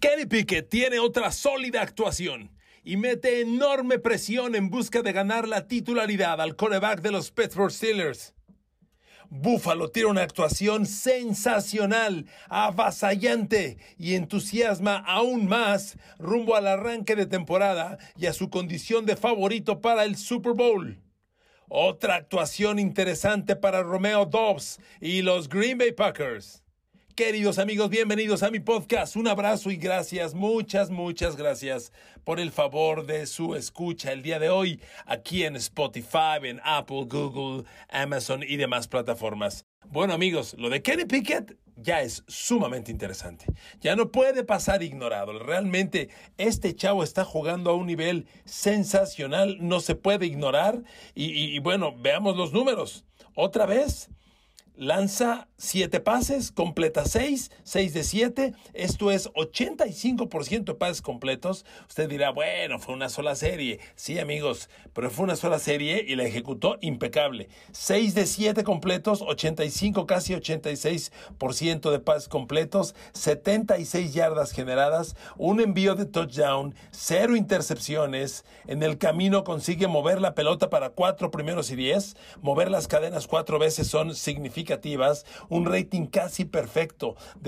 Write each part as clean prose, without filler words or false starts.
Kenny Pickett tiene otra sólida actuación y mete enorme presión en busca de ganar la titularidad al quarterback de los Pittsburgh Steelers. Buffalo tiene una actuación sensacional, avasallante y entusiasma aún más rumbo al arranque de temporada y a su condición de favorito para el Super Bowl. Otra actuación interesante para Romeo Doubs y los Green Bay Packers. Queridos amigos, bienvenidos a mi podcast. Un abrazo y gracias, muchas gracias por el favor de su escucha el día de hoy aquí en Spotify, en Apple, Google, Amazon y demás plataformas. Bueno amigos, lo de Kenny Pickett ya es sumamente interesante. Ya no puede pasar ignorado. Realmente este chavo está jugando a un nivel sensacional, no se puede ignorar. Y bueno, veamos los números. Otra vez. Lanza 7 pases, completa 6 de 7. Esto es 85% de pases completos. Usted dirá, bueno, fue una sola serie. Sí, amigos, pero fue una sola serie y la ejecutó impecable. 6 de 7 completos, 85, casi 86% de pases completos, 76 yardas generadas, un envío de touchdown, 0 intercepciones. En el camino consigue mover la pelota para 4 primeros y 10. Mover las cadenas 4 veces son significativas. Un rating casi perfecto de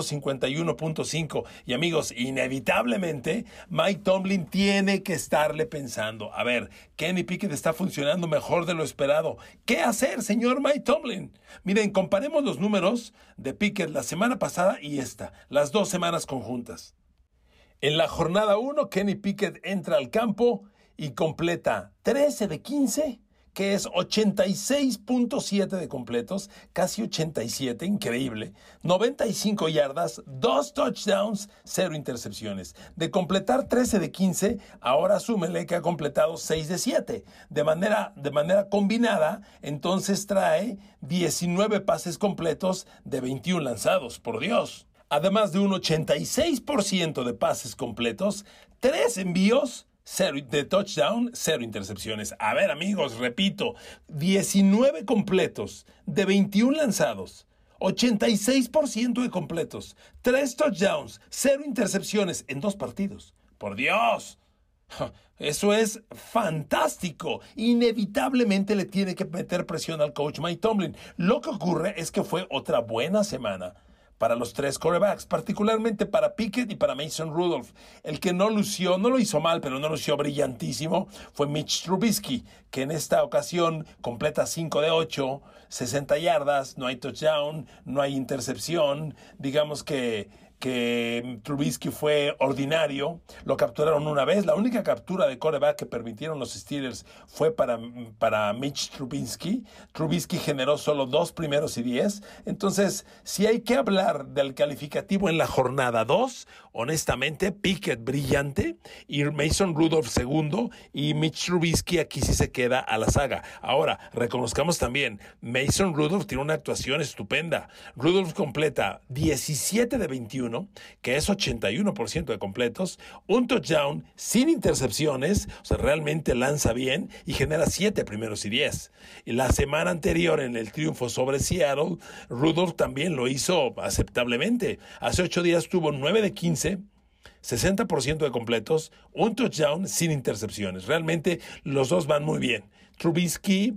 151.5. Y amigos, inevitablemente Mike Tomlin tiene que estarle pensando, a ver, Kenny Pickett está funcionando mejor de lo esperado. ¿Qué hacer, señor Mike Tomlin? Miren, comparemos los números de Pickett la semana pasada y esta, las 2 semanas conjuntas. En la jornada 1, Kenny Pickett entra al campo y completa 13 de 15, que es 86.7 de completos, casi 87, increíble. 95 yardas, 2 touchdowns, 0 intercepciones. De completar 13 de 15, ahora súmele que ha completado 6 de 7. De manera combinada, entonces trae 19 pases completos de 21 lanzados, por Dios. Además de un 86% de pases completos, 3 envíos, 0 de touchdown, 0 intercepciones. A ver, amigos, repito, 19 completos de 21 lanzados, 86% de completos, 3 touchdowns, 0 intercepciones en 2 partidos. ¡Por Dios! Eso es fantástico. Inevitablemente le tiene que meter presión al coach Mike Tomlin. Lo que ocurre es que fue otra buena semana para los 3 quarterbacks, particularmente para Pickett y para Mason Rudolph. El que no lo hizo mal, pero no lució brillantísimo, fue Mitch Trubisky, que en esta ocasión completa 5 de 8, 60 yardas, no hay touchdown, no hay intercepción. Digamos que Trubisky fue ordinario, lo capturaron una vez. La única captura de quarterback que permitieron los Steelers fue para Mitch Trubisky. Trubisky generó solo 2 primeros y 10. Entonces, si hay que hablar del calificativo en la jornada 2, honestamente, Pickett brillante y Mason Rudolph segundo y Mitch Trubisky aquí sí se queda a la saga. Ahora, reconozcamos también, Mason Rudolph tiene una actuación estupenda. Rudolph completa 17 de 21, que es 81% de completos, un touchdown sin intercepciones, o sea, realmente lanza bien y genera 7 primeros y 10. Y la semana anterior, en el triunfo sobre Seattle, Rudolph también lo hizo aceptablemente. Hace 8 días tuvo 9 de 15, 60% de completos, un touchdown sin intercepciones. Realmente los dos van muy bien. Trubisky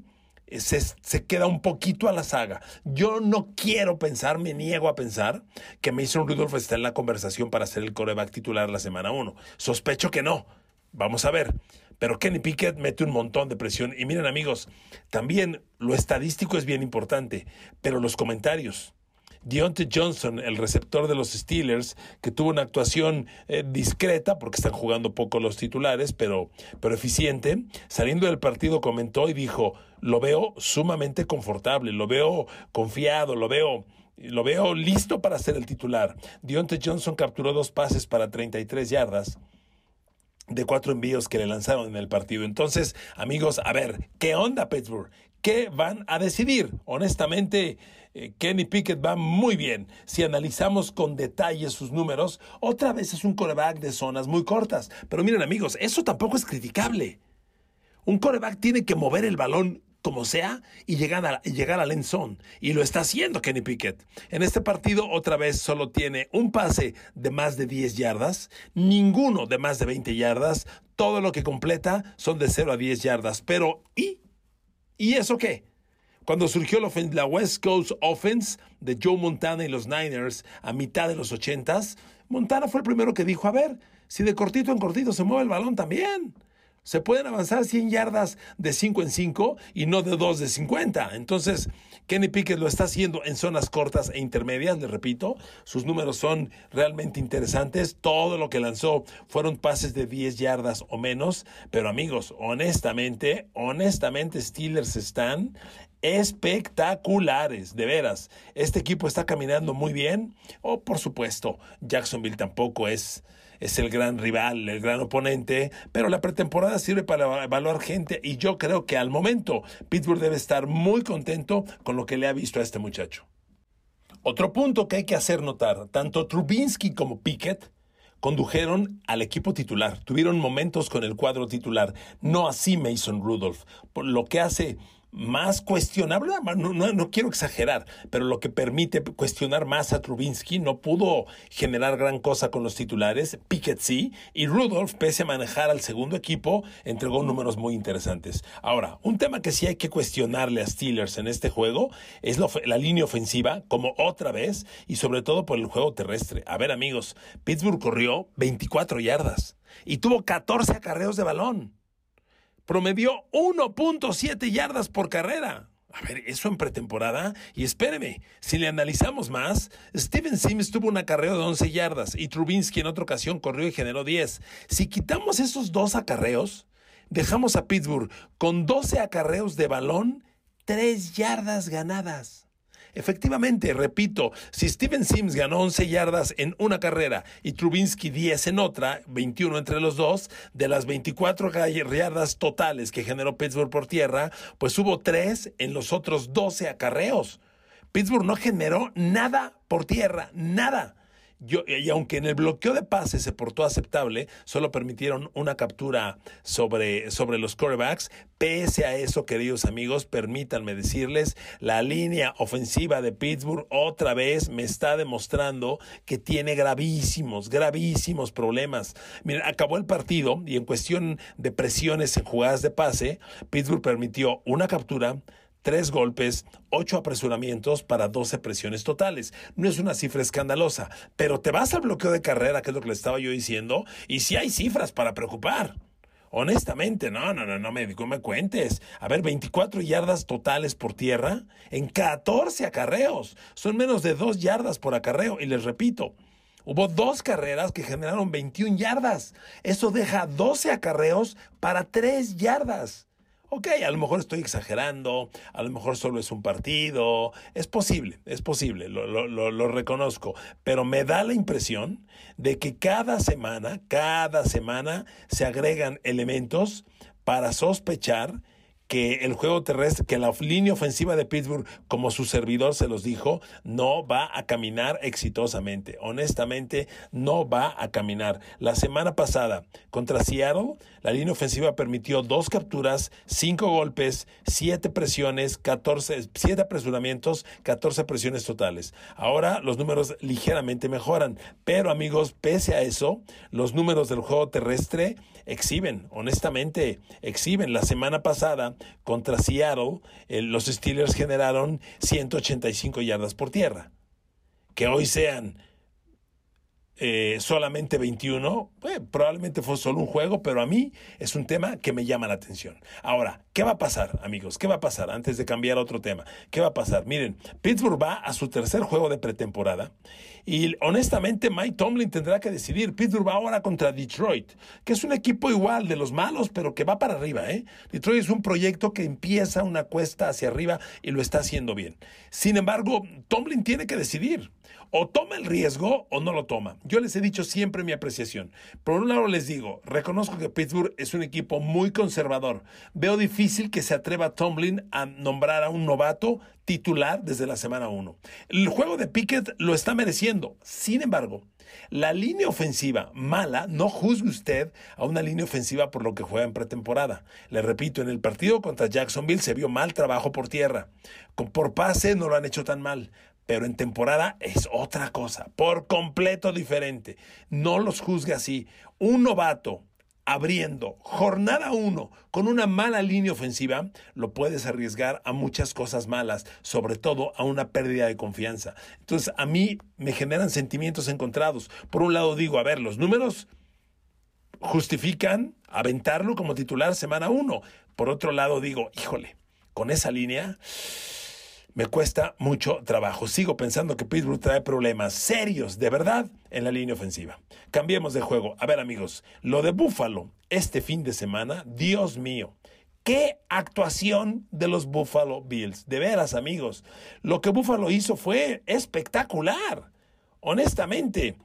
se queda un poquito a la saga. Yo no quiero pensar, me niego a pensar que Mason Rudolph está en la conversación para ser el quarterback titular la semana 1. Sospecho que no. Vamos a ver. Pero Kenny Pickett mete un montón de presión. Y miren, amigos, también lo estadístico es bien importante, pero los comentarios. Diontae Johnson, el receptor de los Steelers, que tuvo una actuación discreta, porque están jugando poco los titulares, pero eficiente, saliendo del partido comentó y dijo, lo veo sumamente confortable, lo veo confiado, lo veo listo para ser el titular. Diontae Johnson capturó 2 pases para 33 yardas. De 4 envíos que le lanzaron en el partido. Entonces, amigos, a ver, ¿qué onda Pittsburgh? ¿Qué van a decidir? Honestamente, Kenny Pickett va muy bien. Si analizamos con detalle sus números, otra vez es un quarterback de zonas muy cortas. Pero miren, amigos, eso tampoco es criticable. Un quarterback tiene que mover el balón como sea y llegar al end zone. Y lo está haciendo Kenny Pickett. En este partido otra vez solo tiene un pase de más de 10 yardas, ninguno de más de 20 yardas. Todo lo que completa son de 0 a 10 yardas. Pero, ¿y eso qué? Cuando surgió la West Coast Offense de Joe Montana y los Niners a mitad de los 80s, Montana fue el primero que dijo, a ver, si de cortito en cortito se mueve el balón también. Se pueden avanzar 100 yardas de 5 en 5 y no de 2 de 50. Entonces, Kenny Pickett lo está haciendo en zonas cortas e intermedias, les repito. Sus números son realmente interesantes. Todo lo que lanzó fueron pases de 10 yardas o menos. Pero amigos, honestamente, Steelers están espectaculares, de veras. Este equipo está caminando muy bien. Por supuesto, Jacksonville tampoco es el gran rival, el gran oponente, pero la pretemporada sirve para evaluar gente y yo creo que al momento Pittsburgh debe estar muy contento con lo que le ha visto a este muchacho. Otro punto que hay que hacer notar, tanto Trubinsky como Pickett condujeron al equipo titular, tuvieron momentos con el cuadro titular, no así Mason Rudolph, por lo que hace más cuestionable, no quiero exagerar, pero lo que permite cuestionar más a Trubinsky. No pudo generar gran cosa con los titulares, Pickett sí, y Rudolph, pese a manejar al segundo equipo, entregó números muy interesantes. Ahora, un tema que sí hay que cuestionarle a Steelers en este juego es la línea ofensiva, como otra vez, y sobre todo por el juego terrestre. A ver, amigos, Pittsburgh corrió 24 yardas y tuvo 14 acarreos de balón. Promedió 1.7 yardas por carrera. A ver, eso en pretemporada. Y espéreme, si le analizamos más, Steven Sims tuvo un acarreo de 11 yardas y Trubinsky en otra ocasión corrió y generó 10. Si quitamos esos dos acarreos, dejamos a Pittsburgh con 12 acarreos de balón, 3 yardas ganadas. Efectivamente, repito, si Steven Sims ganó 11 yardas en una carrera y Trubinsky 10 en otra, 21 entre los dos, de las 24 yardas totales que generó Pittsburgh por tierra, pues hubo 3 en los otros 12 acarreos. Pittsburgh no generó nada por tierra, nada. Y aunque en el bloqueo de pases se portó aceptable, solo permitieron una captura sobre los quarterbacks. Pese a eso, queridos amigos, permítanme decirles, la línea ofensiva de Pittsburgh otra vez me está demostrando que tiene gravísimos problemas. Miren, acabó el partido y en cuestión de presiones en jugadas de pase, Pittsburgh permitió una captura, 3 golpes, 8 apresuramientos para 12 presiones totales. No es una cifra escandalosa, pero te vas al bloqueo de carrera, que es lo que le estaba yo diciendo, y sí hay cifras para preocupar. Honestamente, no me cuentes. A ver, 24 yardas totales por tierra en 14 acarreos. Son menos de 2 yardas por acarreo, y les repito, hubo 2 carreras que generaron 21 yardas. Eso deja 12 acarreos para 3 yardas. Ok, a lo mejor estoy exagerando, a lo mejor solo es un partido, es posible, lo reconozco, pero me da la impresión de que cada semana se agregan elementos para sospechar que el juego terrestre, que la línea ofensiva de Pittsburgh, como su servidor se los dijo, no va a caminar exitosamente. Honestamente, no va a caminar. La semana pasada, contra Seattle, la línea ofensiva permitió 2 capturas, 5 golpes, 7 presiones, 7 apresuramientos, 14 presiones totales. Ahora los números ligeramente mejoran, pero amigos, pese a eso, los números del juego terrestre exhiben. La semana pasada, contra Seattle, los Steelers generaron 185 yardas por tierra. Que hoy sean solamente 21, probablemente fue solo un juego, pero a mí es un tema que me llama la atención. Ahora, ¿qué va a pasar, amigos? ¿Qué va a pasar? Antes de cambiar a otro tema, ¿qué va a pasar? Miren, Pittsburgh va a su tercer juego de pretemporada y honestamente Mike Tomlin tendrá que decidir. Pittsburgh va ahora contra Detroit, que es un equipo igual de los malos, pero que va para arriba, Detroit es un proyecto que empieza una cuesta hacia arriba y lo está haciendo bien. Sin embargo, Tomlin tiene que decidir. O toma el riesgo o no lo toma. Yo les he dicho siempre mi apreciación. Por un lado les digo, reconozco que Pittsburgh es un equipo muy conservador. Veo difícil que se atreva Tomlin a nombrar a un novato titular desde la semana 1. El juego de Pickett lo está mereciendo. Sin embargo, La línea ofensiva mala, no juzgue usted a una línea ofensiva por lo que juega en pretemporada. Le repito, en el partido contra Jacksonville se vio mal trabajo por tierra. Por pase no lo han hecho tan mal. Pero en temporada es otra cosa, por completo diferente. No los juzgue así. Un novato abriendo jornada 1 con una mala línea ofensiva, lo puedes arriesgar a muchas cosas malas, sobre todo a una pérdida de confianza. Entonces, a mí me generan sentimientos encontrados. Por un lado digo, a ver, los números justifican aventarlo como titular semana 1. Por otro lado digo, híjole, con esa línea me cuesta mucho trabajo. Sigo pensando que Pittsburgh trae problemas serios, de verdad, en la línea ofensiva. Cambiemos de juego. A ver, amigos, lo de Buffalo este fin de semana, Dios mío, qué actuación de los Buffalo Bills. De veras, amigos, lo que Buffalo hizo fue espectacular. Honestamente,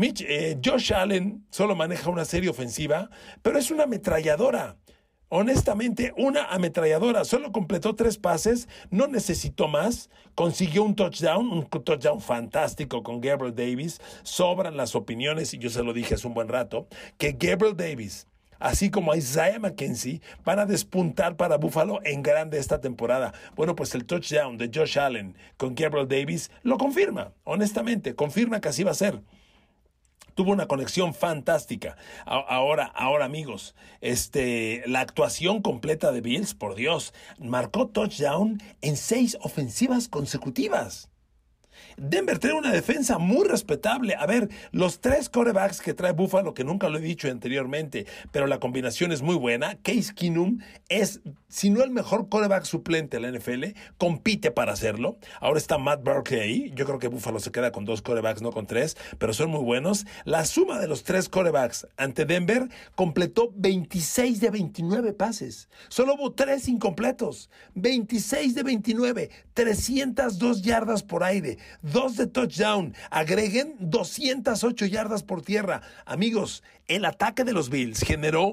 Josh Allen solo maneja una serie ofensiva, pero es una ametralladora. Honestamente, una ametralladora. Solo completó 3 pases, no necesitó más. Consiguió un touchdown fantástico con Gabriel Davis. Sobran las opiniones, y yo se lo dije hace un buen rato, que Gabriel Davis, así como Isaiah McKenzie, van a despuntar para Buffalo en grande esta temporada. Bueno, pues el touchdown de Josh Allen con Gabriel Davis lo confirma, honestamente, confirma que así va a ser. Tuvo una conexión fantástica. Ahora, amigos, la actuación completa de Bills, por Dios, marcó touchdown en 6 ofensivas consecutivas. Denver tiene una defensa muy respetable. A ver, los 3 quarterbacks que trae Buffalo, que nunca lo he dicho anteriormente, pero la combinación es muy buena. Case Keenum es, si no el mejor quarterback suplente de la NFL, compite para hacerlo. Ahora está Matt Barkley ahí. Yo creo que Buffalo se queda con 2 quarterbacks, no con 3, pero son muy buenos. La suma de los 3 quarterbacks ante Denver completó 26 de 29 pases. Solo hubo 3 incompletos. 26 de 29, 302 yardas por aire. 2 de touchdown, agreguen 208 yardas por tierra. Amigos, el ataque de los Bills generó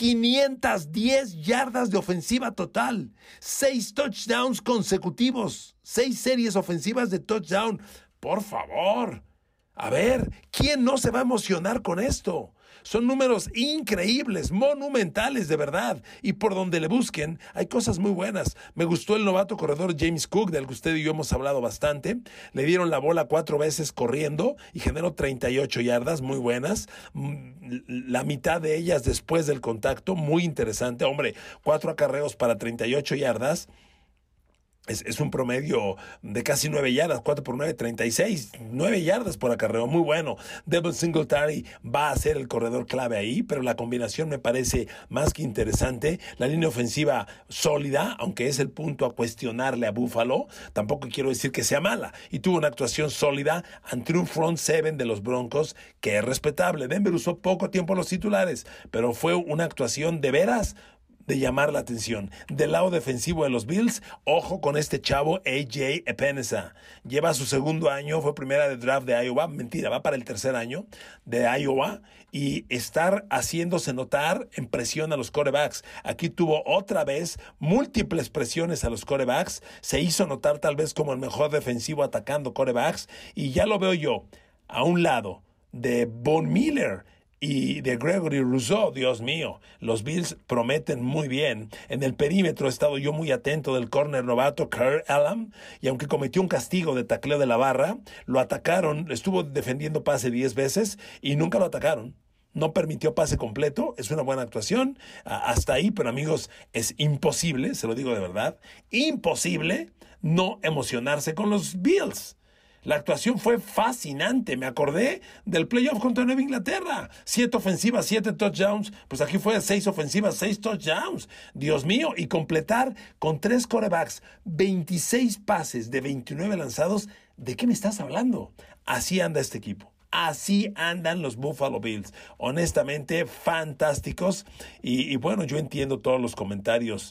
510 yardas de ofensiva total, 6 touchdowns consecutivos, 6 series ofensivas de touchdown. Por favor, a ver, ¿quién no se va a emocionar con esto? Son números increíbles, monumentales de verdad. Y por donde le busquen, hay cosas muy buenas. Me gustó el novato corredor James Cook, del que usted y yo hemos hablado bastante. Le dieron la bola 4 veces corriendo y generó 38 yardas, muy buenas. La mitad de ellas después del contacto, muy interesante. Hombre, 4 acarreos para 38 yardas. Es un promedio de casi 9 yardas, 4 por 9, 36, 9 yardas por acarreo, muy bueno. Devin Singletary va a ser el corredor clave ahí, pero la combinación me parece más que interesante. La línea ofensiva sólida, aunque es el punto a cuestionarle a Buffalo, tampoco quiero decir que sea mala. Y tuvo una actuación sólida ante un front seven de los Broncos que es respetable. Denver usó poco tiempo a los titulares, pero fue una actuación de veras de llamar la atención. Del lado defensivo de los Bills, ojo con este chavo A.J. Epenesa. Lleva su segundo año, fue primera de draft de Iowa, mentira, va para el tercer año de Iowa, y estar haciéndose notar en presión a los quarterbacks. Aquí tuvo otra vez múltiples presiones a los quarterbacks, se hizo notar tal vez como el mejor defensivo atacando quarterbacks, y ya lo veo yo, a un lado de Von Miller y de Gregory Rousseau. Dios mío, los Bills prometen muy bien. En el perímetro he estado yo muy atento del corner novato Kurt Elam, y aunque cometió un castigo de tacleo de la barra, lo atacaron, estuvo defendiendo pase 10 veces y nunca lo atacaron. No permitió pase completo, es una buena actuación, hasta ahí, pero amigos, es imposible, se lo digo de verdad, imposible no emocionarse con los Bills. La actuación fue fascinante. Me acordé del playoff contra Nueva Inglaterra. 7 ofensivas, 7 touchdowns. Pues aquí fue 6 ofensivas, 6 touchdowns. Dios mío. Y completar con 3 quarterbacks, 26 pases de 29 lanzados. ¿De qué me estás hablando? Así anda este equipo. Así andan los Buffalo Bills. Honestamente, fantásticos. Y bueno, yo entiendo todos los comentarios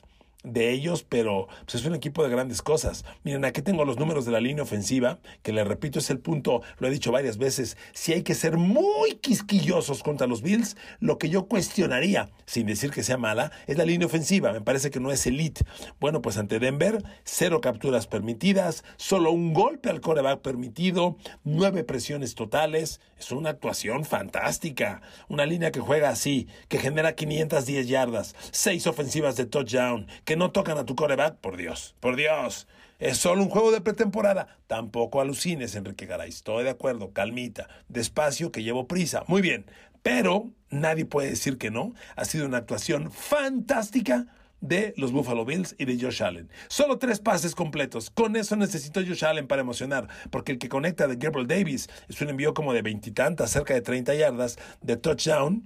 de ellos, pero pues, es un equipo de grandes cosas. Miren, aquí tengo los números de la línea ofensiva, que les repito, es el punto, lo he dicho varias veces, si hay que ser muy quisquillosos contra los Bills, lo que yo cuestionaría, sin decir que sea mala, es la línea ofensiva. Me parece que no es elite. Bueno, pues ante Denver, 0 capturas permitidas, solo un golpe al quarterback permitido, 9 presiones totales. Es una actuación fantástica. Una línea que juega así, que genera 510 yardas, 6 ofensivas de touchdown, que no tocan a tu quarterback, por Dios, por Dios. Es solo un juego de pretemporada. Tampoco alucines, Enrique Garay. Estoy de acuerdo, calmita, despacio, que llevo prisa. Muy bien, pero nadie puede decir que no. Ha sido una actuación fantástica de los Buffalo Bills y de Josh Allen. Solo 3 pases completos. Con eso necesito Josh Allen para emocionar, porque el que conecta de Gabriel Davis es un envío como de 20 y tantas, cerca de 30 yardas de touchdown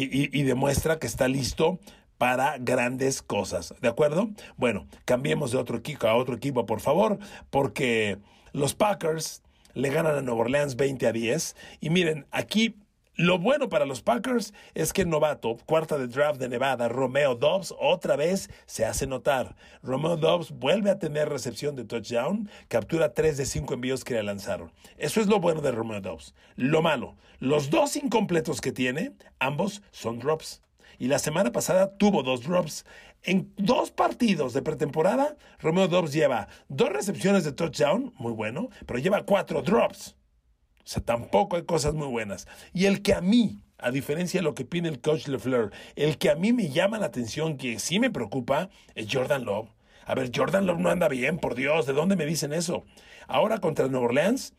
y demuestra que está listo para grandes cosas, ¿de acuerdo? Bueno, cambiemos de otro equipo a otro equipo, por favor, porque los Packers le ganan a Nueva Orleans 20-10. Y miren, aquí lo bueno para los Packers es que el novato, cuarta de draft de Nevada, Romeo Doubs, otra vez se hace notar. Romeo Doubs vuelve a tener recepción de touchdown, captura 3 de 5 envíos que le lanzaron. Eso es lo bueno de Romeo Doubs. Lo malo, los 2 incompletos que tiene, ambos son drops. Y la semana pasada tuvo 2 drops. En 2 partidos de pretemporada, Romeo Doubs lleva 2 recepciones de touchdown, muy bueno, pero lleva 4 drops. O sea, tampoco hay cosas muy buenas. Y el que a mí, a diferencia de lo que pide el coach LeFleur, el que a mí me llama la atención, que sí me preocupa, es Jordan Love. A ver, Jordan Love no anda bien, por Dios, ¿de dónde me dicen eso? Ahora contra Nueva Orleans,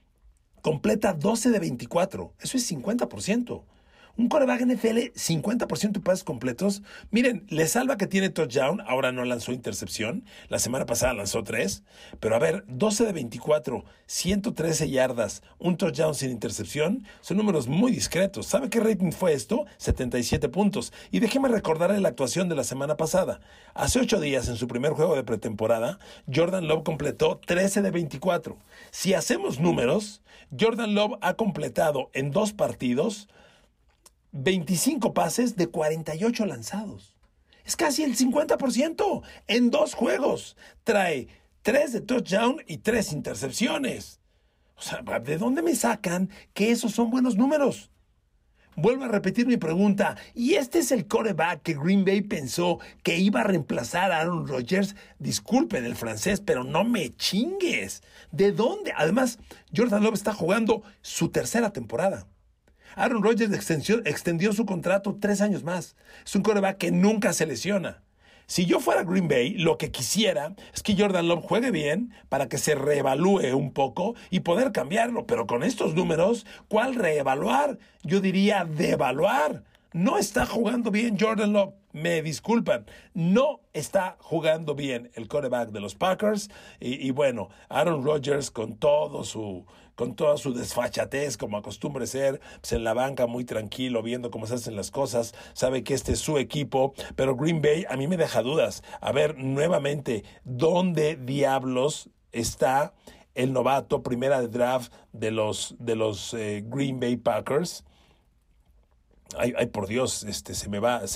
completa 12 de 24. Eso es 50%. Un quarterback NFL, 50% de pases completos. Miren, le salva que tiene touchdown, ahora no lanzó intercepción. La semana pasada lanzó 3. Pero a ver, 12 de 24, 113 yardas, un touchdown sin intercepción. Son números muy discretos. ¿Sabe qué rating fue esto? 77 puntos. Y déjeme recordarle la actuación de la semana pasada. Hace 8 días, en su primer juego de pretemporada, Jordan Love completó 13 de 24. Si hacemos números, Jordan Love ha completado en 2 partidos 25 pases de 48 lanzados. Es casi el 50% en 2 juegos. Trae 3 de touchdown y 3 intercepciones. O sea, ¿de dónde me sacan que esos son buenos números? Vuelvo a repetir mi pregunta. ¿Y este es el quarterback que Green Bay pensó que iba a reemplazar a Aaron Rodgers? Disculpen el francés, pero no me chingues. ¿De dónde? Además, Jordan Love está jugando su 3ª temporada. Aaron Rodgers extendió su contrato 3 años más. Es un quarterback que nunca se lesiona. Si yo fuera Green Bay, lo que quisiera es que Jordan Love juegue bien para que se reevalúe un poco y poder cambiarlo. Pero con estos números, ¿cuál reevaluar? Yo diría devaluar. No está jugando bien Jordan Love. Me disculpan. No está jugando bien el quarterback de los Packers. Y bueno, Aaron Rodgers con toda su desfachatez, como acostumbre ser, pues en la banca muy tranquilo, viendo cómo se hacen las cosas, sabe que este es su equipo, pero Green Bay a mí me deja dudas. A ver, nuevamente, ¿dónde diablos está el novato primera de draft de los Green Bay Packers? Ay, por Dios, se me va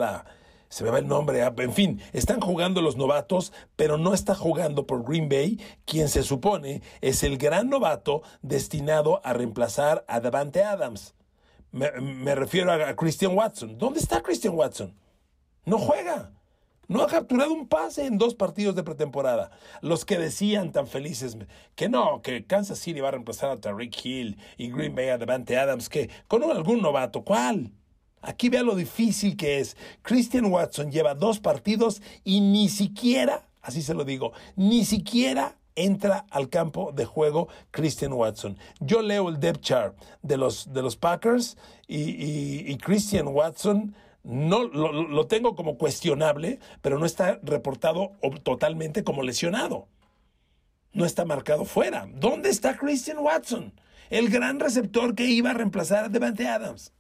el nombre. En fin, están jugando los novatos, pero no está jugando por Green Bay, quien se supone es el gran novato destinado a reemplazar a Davante Adams. Me refiero a Christian Watson. ¿Dónde está Christian Watson? No juega. No ha capturado un pase en 2 partidos de pretemporada. Los que decían tan felices que no, que Kansas City va a reemplazar a Tyreek Hill y Green Bay a Davante Adams, que con algún novato. ¿Cuál? Aquí vea lo difícil que es. Christian Watson lleva 2 partidos y ni siquiera, así se lo digo, ni siquiera entra al campo de juego Christian Watson. Yo leo el depth chart de los Packers y Christian Watson no lo tengo como cuestionable, pero no está reportado totalmente como lesionado. No está marcado fuera. ¿Dónde está Christian Watson? El gran receptor que iba a reemplazar a Davante Adams.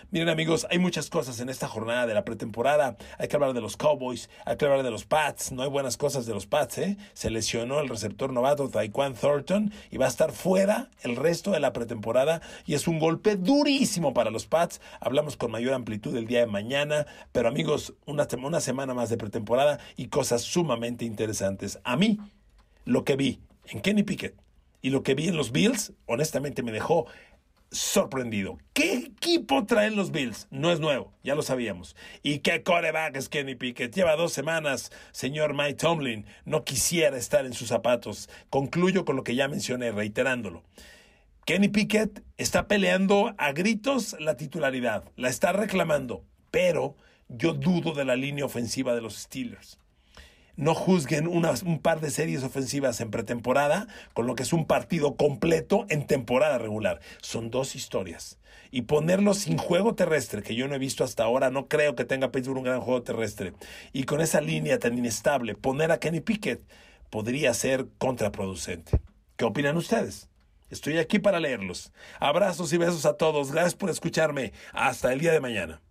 Miren amigos, hay muchas cosas en esta jornada de la pretemporada. Hay que hablar de los Cowboys, hay que hablar de los Pats. No hay buenas cosas de los Pats, ¿eh? Se lesionó el receptor novato Tyquan Thornton y va a estar fuera el resto de la pretemporada y es un golpe durísimo para los Pats. Hablamos con mayor amplitud el día de mañana, pero amigos, una semana más de pretemporada y cosas sumamente interesantes. A mí, lo que vi en Kenny Pickett y lo que vi en los Bills, honestamente me dejó sorprendido. ¿Qué equipo traen los Bills? No es nuevo, ya lo sabíamos. ¿Y qué quarterback es Kenny Pickett? Lleva 2 semanas, señor Mike Tomlin. No quisiera estar en sus zapatos. Concluyo con lo que ya mencioné, reiterándolo. Kenny Pickett está peleando a gritos la titularidad, la está reclamando, pero yo dudo de la línea ofensiva de los Steelers. No juzguen un par de series ofensivas en pretemporada con lo que es un partido completo en temporada regular. Son 2 historias. Y ponerlo sin juego terrestre, que yo no he visto hasta ahora, no creo que tenga Pittsburgh un gran juego terrestre. Y con esa línea tan inestable, poner a Kenny Pickett podría ser contraproducente. ¿Qué opinan ustedes? Estoy aquí para leerlos. Abrazos y besos a todos. Gracias por escucharme. Hasta el día de mañana.